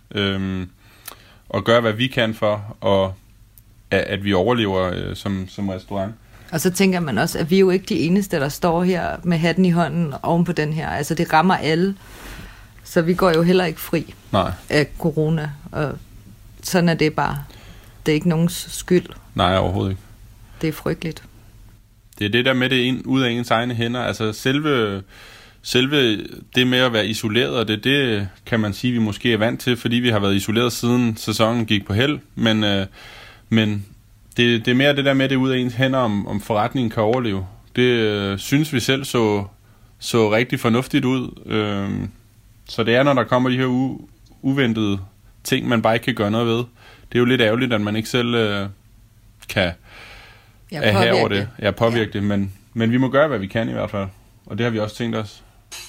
og gøre, hvad vi kan for, at vi overlever som restaurant. Og så tænker man også, at vi er jo ikke de eneste, der står her med hatten i hånden oven på den her. Altså, det rammer alle. Så vi går jo heller ikke fri af corona. Og sådan er det bare. Det er ikke nogens skyld. Nej, overhovedet ikke. Det er frygteligt. Det er det der med det ud af ens egne hænder. Altså, selve det med at være isoleret, og det kan man sige, vi måske er vant til, fordi vi har været isoleret siden sæsonen gik på held. Men det er mere det der med det ud af ens hænder, om forretningen kan overleve. Det synes vi selv så rigtig fornuftigt ud. Så det er, når der kommer de her uventede ting, man bare ikke kan gøre noget ved. Det er jo lidt ærgerligt, at man ikke selv kan have over det. Ja, påvirke det. Men vi må gøre, hvad vi kan i hvert fald. Og det har vi også tænkt os.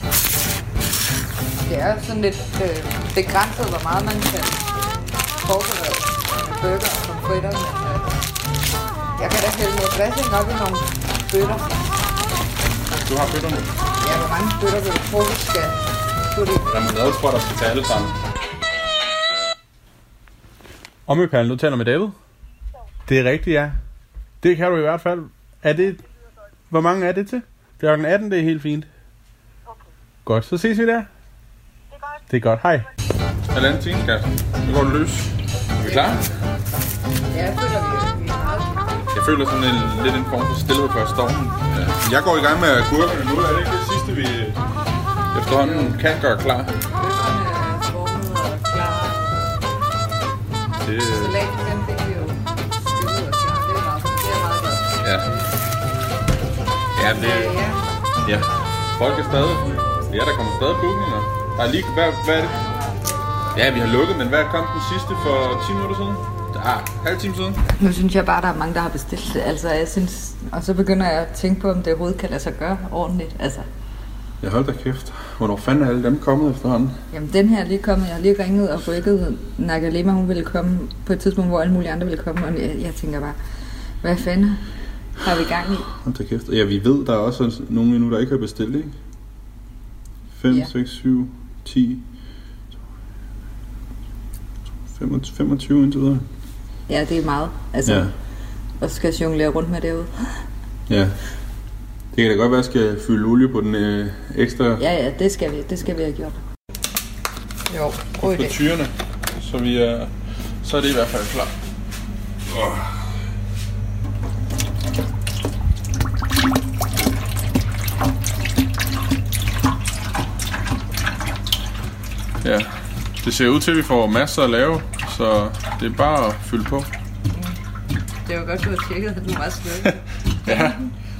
Det er sådan lidt begrænset, hvor meget man kan forberede med burger og pomfritter. Jeg kan da hælde noget dressing op i nogle bøtter. Du har bøtter nu? Ja, hvor mange bøtter vil du tro, du skal putte i? Remoulade tror der skal tage alle sammen. Omøperlen, du taler med David? Det er rigtigt, ja. Det kan du i hvert fald. Hvor mange er det til? Det er den 18, det er helt fint. Okay. Godt, så ses vi der. Det er godt. Det er godt, hej. Halvanden time, skat. Nu går du løs. Er vi klar? Ja, jeg føler, vi er meget. Jeg føler sådan lidt en form for stillhed før stormen. Ja. Jeg går i gang med agurkerne nu. Er det ikke det sidste, vi efterhånden kan gøre klar? Bøtterne er formet og klar. Salaten, den fik vi jo skyllet og klar. Det er meget godt. Ja. Ja. Folk er stadig... Ja, der kommer stadig bookninger. Der er lige... Hvad er det? Ja, vi har lukket, men hvad kom den sidste for 10 minutter siden? Halv time siden. Nu synes jeg bare, der er mange, der har bestilt det. Altså, jeg synes... Og så begynder jeg at tænke på, om det overhovedet kan lade sig gøre ordentligt. Altså. Jeg holdt da kæft. Hvornår fanden er alle dem kommet efterhånden? Jamen, den her er lige kommet. Jeg har lige ringet og rykket. Nagalema, hun ville komme på et tidspunkt, hvor alle mulige andre ville komme. Og jeg tænker bare, hvad fanden har vi gang i? Hold da kæft. Ja, vi ved, der er også nogle endnu, der ikke har bestilt, ikke? 5, 6, 7, 10... 25 indtil videre. Ja, det er meget. Altså, og skal jonglere rundt med derude. Ja. Det kan da godt være, at jeg skal fylde olie på den ekstra... Ja, det skal vi have gjort. Jo, god idé. Frityrerne, så er det i hvert fald klar. Ja, det ser ud til, at vi får masser at lave, så det er bare at fylde på. Det er jo godt, du har tjekket, at du var sløv. Ja.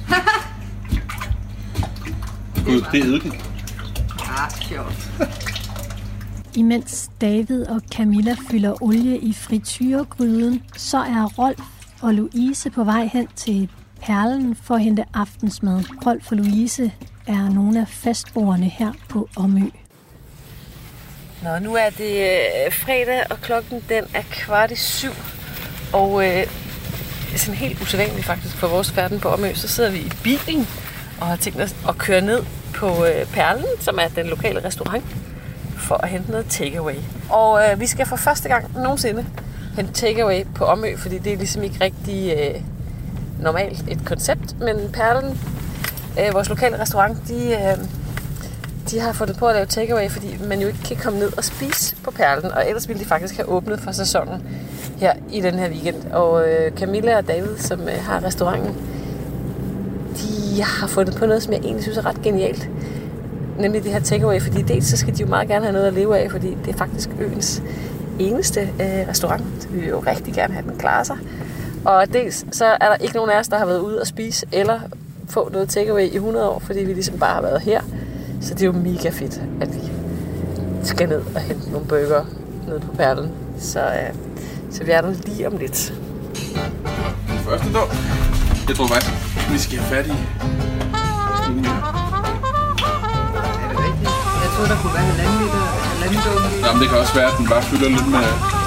Gud, det er eddiken. Sjovt. Imens David og Camilla fylder olie i frityregryden, så er Rolf og Louise på vej hen til Perlen for at hente aftensmad. Rolf og Louise er nogle af fastboerne her på Omø. Nå, nu er det fredag, og klokken den er 6:15. Og sådan helt usædvanligt faktisk for vores færden på Omø, så sidder vi i bilen og har tænkt os at køre ned på Perlen, som er den lokale restaurant, for at hente noget takeaway. Og vi skal for første gang nogensinde hente takeaway på Omø, fordi det er ligesom ikke rigtig normalt et koncept. Men Perlen, vores lokale restaurant, de har fundet på at lave takeaway, fordi man jo ikke kan komme ned og spise på Perlen. Og ellers ville de faktisk have åbnet for sæsonen her i den her weekend. Og Camilla og David, som har restauranten, de har fundet på noget, som jeg egentlig synes er ret genialt. Nemlig det her takeaway, fordi dels så skal de jo meget gerne have noget at leve af, fordi det er faktisk øens eneste restaurant. Så vi vil jo rigtig gerne have den klare sig. Og dels så er der ikke nogen af os, der har været ude og spise eller få noget takeaway i 100 år, fordi vi ligesom bare har været her. Så det er jo mega fedt, at vi skal ned og hente nogle burger nede på Perlen. Så vi er der lige om lidt. Første dog. Jeg tror faktisk, vi skal have fat i en mere. Er det rigtigt? Jeg tror, der kunne være halvanden dog. Jamen, det kan også være, at den bare fylder lidt med...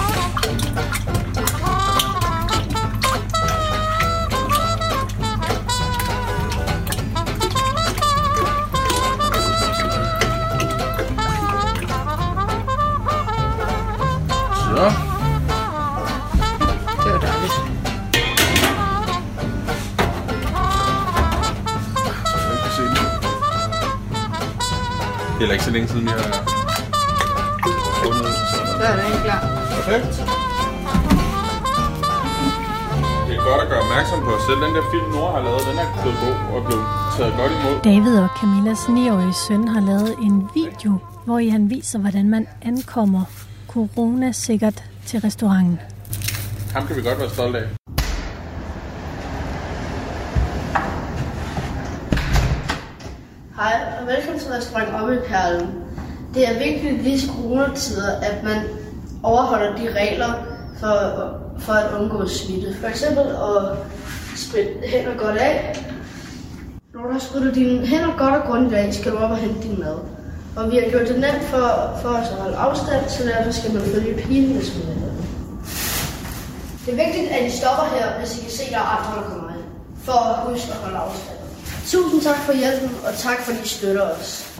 Så. Det var dejligt. Det er heller ikke så længe siden, vi har fundet. Så er det ikke klar. Perfekt. Det er godt at gøre opmærksom på, selv den der film, Nora har lavet, den er blevet god og blevet taget godt imod. David og Camillas 9-årige søn har lavet en video, hvor han viser, hvordan man ankommer coronasikkert til restauranten. Ham kan vi godt være stolte af. Hej og velkommen til restaurant Omø Perlen. Det er vigtigt i disse coronatider, at man overholder de regler for at undgå smitte. For eksempel at spritte hænder godt af. Når du har sprittet dine hænder godt og grundigt af, skal du op og hente din mad. Og vi har gjort det nemt for os at holde afstand, så derfor skal man følge pilen, hvis man vil. Det er vigtigt, at I stopper her, hvis I kan se, at der er andre, der kommer ind. For at huske at holde afstand. Tusind tak for hjælpen, og tak for, at I støtter os.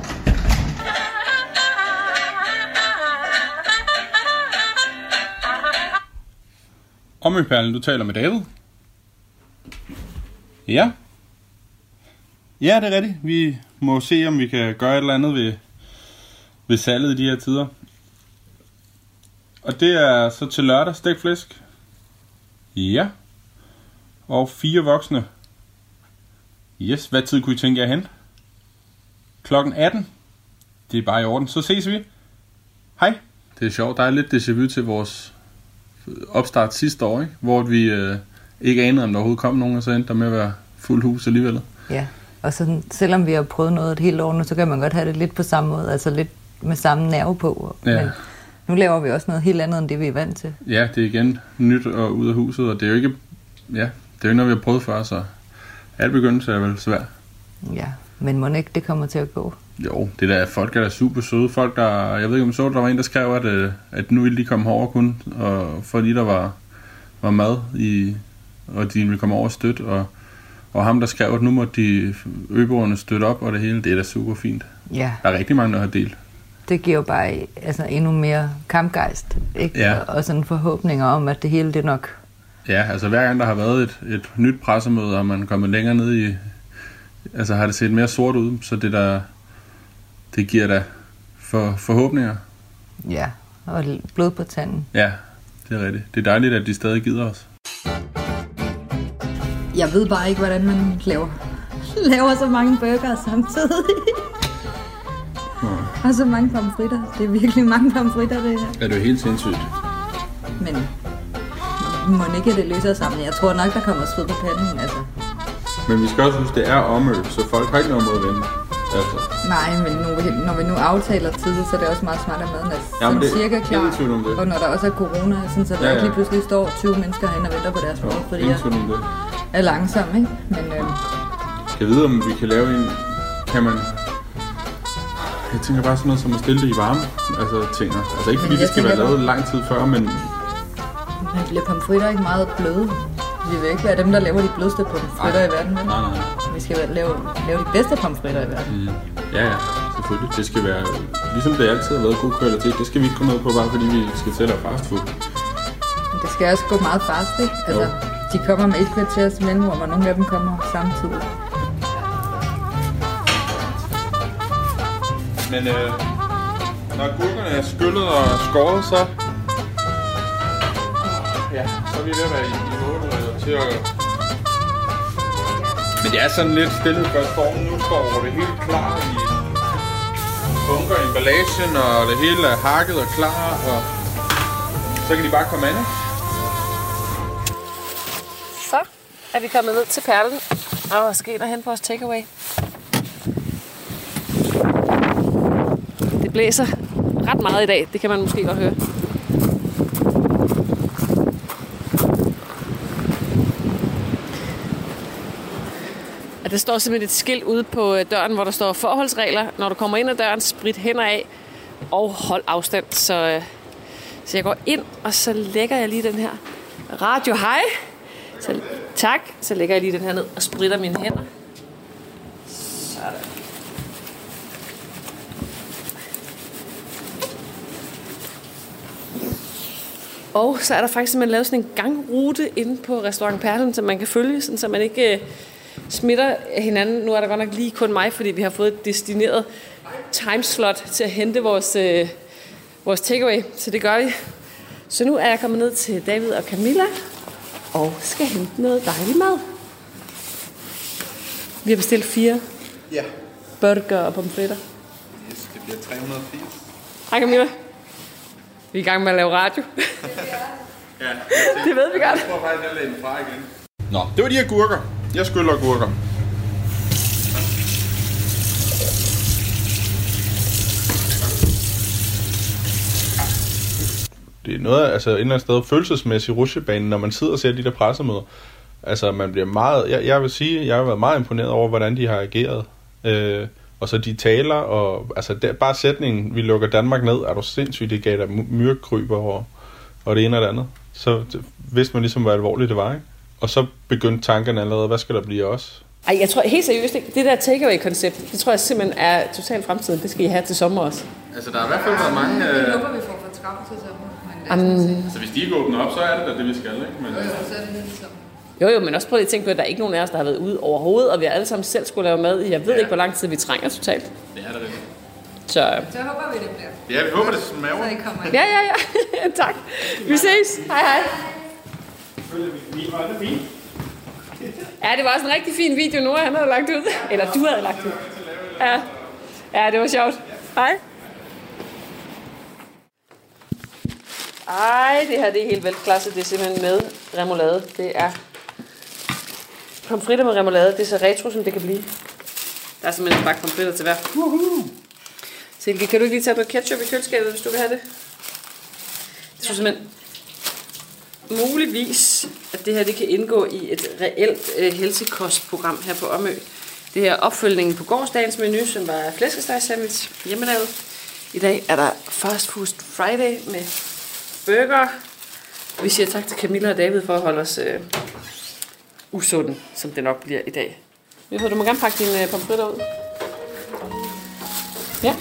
Omøperlen, du taler med David. Ja. Ja, det er rigtigt. Vi må se, om vi kan gøre et eller andet ved salget i de her tider. Og det er så til lørdag stegt flæsk. Ja. Og 4 voksne. Yes, hvad tid kunne I tænke jer hen? Klokken 18. Det er bare i orden. Så ses vi. Hej. Det er sjovt. Der er lidt déjà vu til vores opstart sidste år, ikke? Hvor vi ikke anede, om der overhovedet kom nogen, og så endte der med at være fuld hus alligevel. Ja, og så, selvom vi har prøvet noget et helt år nu, så kan man godt have det lidt på samme måde, altså lidt med samme nerve på. Ja. Men nu laver vi også noget helt andet, end det vi er vant til. Ja, det er igen nyt og ud af huset, og det er jo ikke, ja, det er jo noget, vi har prøvet før, så alt begyndelse er vel svært. Ja, men må ikke det kommer til at gå? Jo, det der folk er der super søde. Folk, der, jeg ved ikke om så, der var en, der skrev, at nu ville de komme over kun, og fordi der var mad i, og de ville komme over og støtte, og ham, der skrev, at nu måtte de øboerne støtte op, og det hele, det er da super fint. Ja. Der er rigtig mange, der har delt. Det giver jo bare altså, endnu mere kampgejst, ikke? Ja. Og sådan forhåbninger om, at det hele det nok... Ja, altså hver gang der har været et nyt pressemøde, og man er kommet længere ned Altså har det set mere sort ud, så det giver da forhåbninger. Ja, og blod på tanden. Ja, det er rigtigt. Det er dejligt, at de stadig gider os. Jeg ved bare ikke, hvordan man laver så mange burger samtidig. Og så mange pomfritter. Det er virkelig mange pomfritter, det her. Ja, det er helt sindssygt. Men må ikke det løser sammen. Jeg tror nok, der kommer sved på panden, altså. Men vi skal også huske, det er Omø, så folk har ikke noget mod at vente. Altså. Nej, men når vi nu aftaler tidligt, så er det også meget smart, at maden er sådan cirka klar. Og når der også er corona, sådan, så der ikke lige pludselig står 20 mennesker herinde og venter på deres mad, fordi jeg er langsom, ikke? Men, jeg ved, om vi kan lave en... Kan man... Jeg tænker bare sådan noget som at stille det i varme. Altså ikke fordi det skal være lavet lang tid før, men... Men bliver pomfritter ikke meget bløde? Vi vil ikke være dem, der laver de blødeste pomfritter i verden, vel? Nej. Vi skal lave de bedste pomfritter i verden. Ja, selvfølgelig. Det skal være, ligesom det altid har været god kvalitet, det skal vi ikke komme ned på, bare fordi vi skal sælge fast food. Men det skal også gå meget fast, ikke? Altså, de kommer med et kvarters mellemrum, og nogle af dem kommer samtidig. Men når gurkerne er skyllet og skåret, så er vi ved at være i mål til at... Men det er sådan lidt stille før stormen nu står, hvor det er helt klar i bunker i emballagen, og det hele er hakket og klar, og så kan de bare komme an. Så er vi kommet ned til Perlen og skal ind og hente vores takeaway. Det blæser ret meget i dag, det kan man måske godt høre. Der står simpelthen et skilt ude på døren, hvor der står forholdsregler. Når du kommer ind ad døren, sprit hænder af og hold afstand. Så jeg går ind, og så lægger jeg lige den her radio. Hej! Så, tak. Så lægger jeg lige den her ned og spritter mine hænder. Sådan. Og så er der faktisk simpelthen lavet sådan en gangrute inde på Restaurant Perlen, som man kan følge, sådan, så man ikke smitter hinanden. Nu er der godt nok lige kun mig, fordi vi har fået et destineret timeslot til at hente vores takeaway, så det gør vi. Så nu er jeg kommet ned til David og Camilla og skal hente noget dejlig mad. Vi har bestilt 4 burger og pomfritter. Yes, det bliver 380. Hej Camilla. Vi er i gang med at lave radio. Ja, det ved vi godt. Jeg tror faktisk, jeg lader den fra igen. Nå, det var de her gurker. Jeg skyller gurker. Det er noget, altså et eller andet sted følelsesmæssigt rutsjebanen, når man sidder og ser de der pressemøder. Altså man bliver meget, jeg vil sige, jeg har været meget imponeret over, hvordan de har ageret. Og så de taler, og altså bare sætningen, vi lukker Danmark ned, er du sindssygt, det gav der myrkryber og det ene og det andet. Så vidste man ligesom, hvor alvorligt det var, ikke? Og så begyndte tankerne allerede, hvad skal der blive også? Ej, jeg tror helt seriøst ikke, det der takeaway-koncept, det tror jeg simpelthen er totalt fremtiden. Det skal I have til sommer også. Altså der er i hvert fald været mange... Det håber vi får for travlt til sommer. Så hvis de ikke åbner op, så er det da det, vi skal, ikke? Men... så er det helt sommer. Jo, men også prøv lige at tænke på, at der er ikke nogen af os, der har været ude overhovedet, og vi har alle sammen selv skulle lave mad i. Jeg ved ikke, hvor lang tid vi trænger totalt. Det er det. Så håber vi, det bliver. Ja, vi håber, det smager. Så I kommer ind. ja. Tak. Vi ses. Hej. Ja, det var også en rigtig fin video, Nora han havde lagt ud. Eller du havde lagt ud. Ja, det var sjovt. Hej. Ej, det her det er helt velklasse. Det er simpelthen med remoulade. Det er pomfritter med remoulade. Det er så retro, som det kan blive. Der er simpelthen en bakke pomfritter til hver. Silke, kan du ikke lige tage noget ketchup i køleskabet, hvis du vil have det? Det synes simpelthen muligvis, at det her det kan indgå i et reelt helsekostprogram her på Omø. Det her opfølgningen på gårsdagens menu, som var flæskestegsandwich hjemmelavet. I dag er der Fast Food Friday med burger. Vi siger tak til Camilla og David for at holde os usunde, som det nok bliver i dag. Du må gerne pakke dine pomfritter ud. Ja.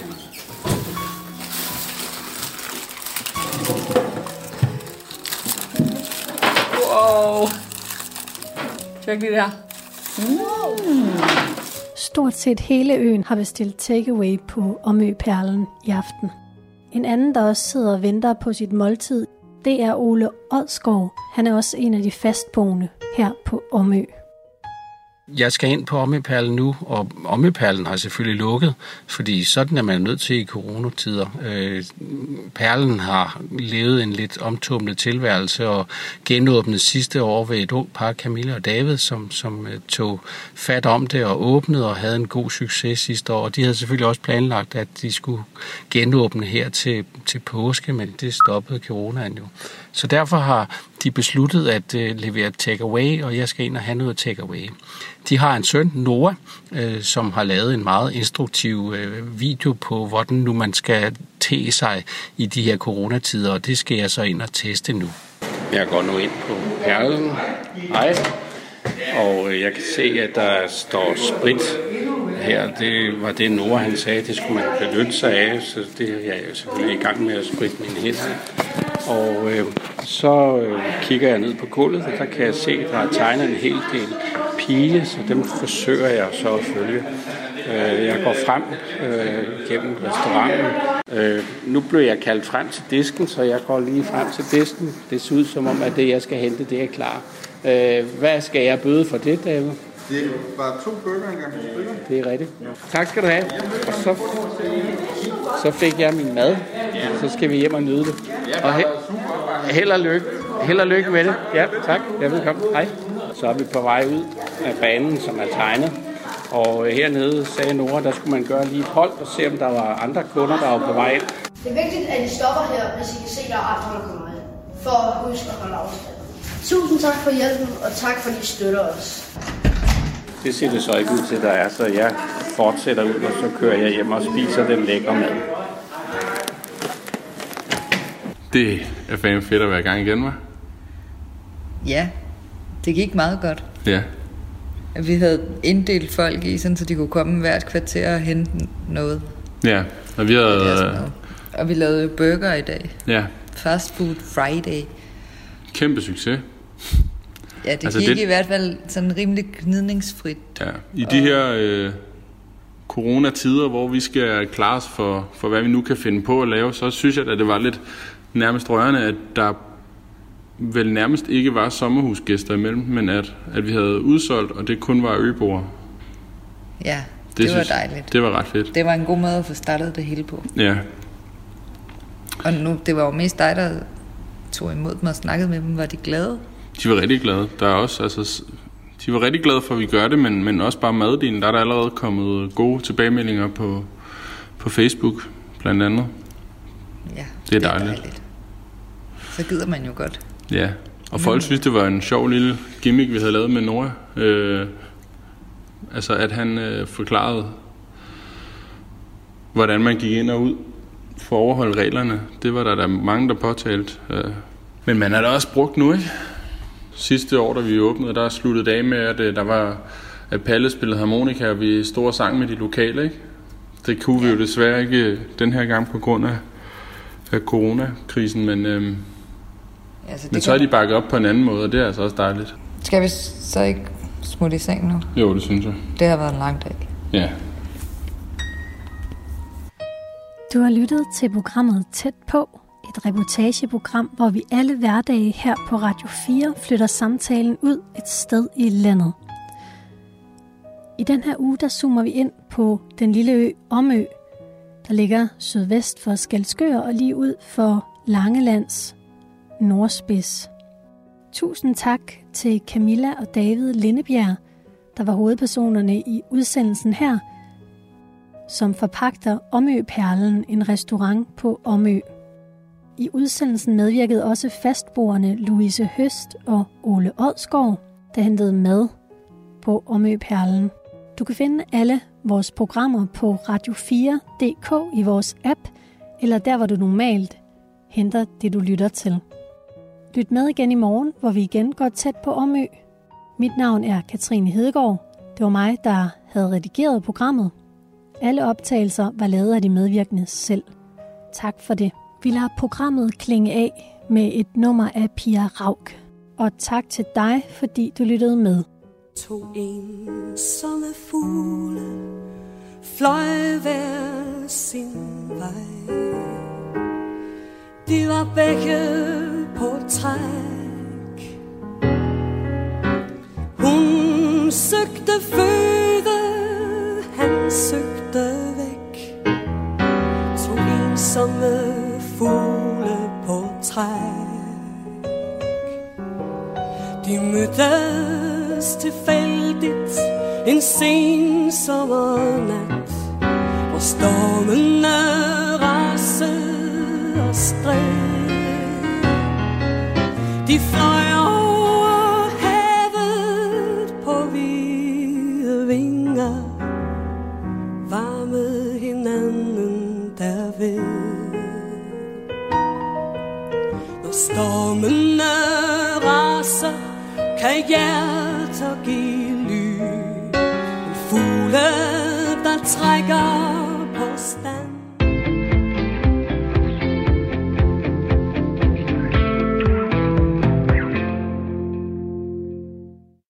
Wow. Tjek lige det her. Stort set hele øen har bestilt takeaway på Omøperlen i aften. En anden, der også sidder og venter på sit måltid, det er Ole Odsgaard. Han er også en af de fastboende her på Omø. Jeg skal ind på Omøperlen nu, og Omøperlen har selvfølgelig lukket, fordi sådan er man nødt til i coronatider. Perlen har levet en lidt omtumlet tilværelse og genåbnet sidste år ved et ung par, Camilla og David, som tog fat om det og åbnede og havde en god succes sidste år. Og de havde selvfølgelig også planlagt, at de skulle genåbne her til påske, men det stoppede coronaen jo. Så derfor har de besluttet at levere takeaway, og jeg skal ind og have noget takeaway. De har en søn, Noah, som har lavet en meget instruktiv video på, hvordan nu man skal te sig i de her coronatider, og det skal jeg så ind og teste nu. Jeg går nu ind på Perlen. Hej. Og jeg kan se, at der står sprit her. Det var det, Noah han sagde, det skulle man benytte sig af, så det er jeg jo selvfølgelig i gang med at spritte mine hænder. Og så kigger jeg ned på gulvet, og der kan jeg se, at der er tegnet en hel del pile, så dem forsøger jeg så at følge. Jeg går frem gennem restauranten. Nu blev jeg kaldt frem til disken, så jeg går lige frem til disken. Det ser ud som om, at det, jeg skal hente, det er klar. Hvad skal jeg bøde for det, David? Det var 2 burger engang. Det er rigtigt. Tak skal du have. Og så fik jeg min mad. Så skal vi hjem og nyde det. Og held og lykke med det. Ja, tak. Ja, velkommen. Hej. Så er vi på vej ud af banen, som er tegnet. Og hernede sagde Nora, der skulle man gøre lige et hold og se, om der var andre kunder, der var på vej ind. Det er vigtigt, at I stopper her, hvis I kan se, at der er andre, der kommer ind. For at huske at holde afstand. Tusind tak for hjælpen, og tak for, at I støtter os. Det ser det så ikke ud til, der er, så jeg fortsætter ud, og så kører jeg hjem og spiser den lækre mad. Det er fandme fedt at være i gang igen, hva'? Ja, det gik meget godt. Ja. Vi havde inddelt folk i, sådan, så de kunne komme hvert kvarter og hente noget. Ja, og vi havde... Og vi lavede burger i dag. Ja. Fast Food Friday. Kæmpe succes. Ja, det gik i hvert fald sådan rimelig gnidningsfrit. Ja, i de her coronatider, hvor vi skal klare os for, hvad vi nu kan finde på at lave, så synes jeg, at det var lidt nærmest rørende, at der vel nærmest ikke var sommerhusgæster imellem, men at vi havde udsolgt, og det kun var øboere. Ja, det var dejligt. Det var ret fedt. Det var en god måde at få startet det hele på. Ja. Og nu, det var jo mest dig, der tog imod dem og snakkede med dem. Var de glade? De var rigtig glade. Der er også, altså, de var rigtig glade for, at vi gør det, men også bare maddelen. Der er der allerede kommet gode tilbagemeldinger på Facebook, blandt andet. Ja, det er dejligt. Så gider man jo godt. Ja, og folk synes, det var en sjov lille gimmick, vi havde lavet med Nora. Altså, at han forklarede, hvordan man gik ind og ud for at overholde reglerne. Det var der mange, der påtalte. Men man har da også brugt nu, ikke? Sidste år, da vi åbnede, der sluttede det af med, at Palle spillede harmonika, og vi stod og sang med de lokale, ikke? Det kunne vi jo desværre ikke den her gang på grund af coronakrisen, men så er de bakket op på en anden måde, og det er altså også dejligt. Skal vi så ikke smutte i seng nu? Jo, det synes jeg. Det har været en lang dag. Ja. Du har lyttet til programmet Tæt på, et reportageprogram, hvor vi alle hverdage her på Radio 4 flytter samtalen ud et sted i landet. I den her uge, der zoomer vi ind på den lille ø Omø, der ligger sydvest for Skælskør og lige ud for Langelands nordspids. Tusind tak til Camilla og David Lindebjerg, der var hovedpersonerne i udsendelsen her, som forpagter Omøperlen, en restaurant på Omø. I udsendelsen medvirkede også fastboerne Louise Høst og Ole Odsgaard, der hentede mad på Omøperlen. Du kan finde alle vores programmer på radio4.dk i vores app, eller der, hvor du normalt henter det, du lytter til. Lyt med igen i morgen, hvor vi igen går tæt på Omø. Mit navn er Katrine Hedegaard. Det var mig, der havde redigeret programmet. Alle optagelser var lavet af de medvirkende selv. Tak for det. Vi lader programmet klinge af med et nummer af Pia Rauk. Og tak til dig, fordi du lyttede med. To ensomme fugle fløj hver sin vej. De var begge på træk. Hun søgte føde, han søgte væk. To ensomme fugle på træk. De mødtes tilfældigt en sen sommernat, hvor stormene rasede og stred. De fløj over havet på hvide vinger, varmede hinanden derved. Når stormene raser, kan hjerter give lyd. En fugle, der trækker på stand.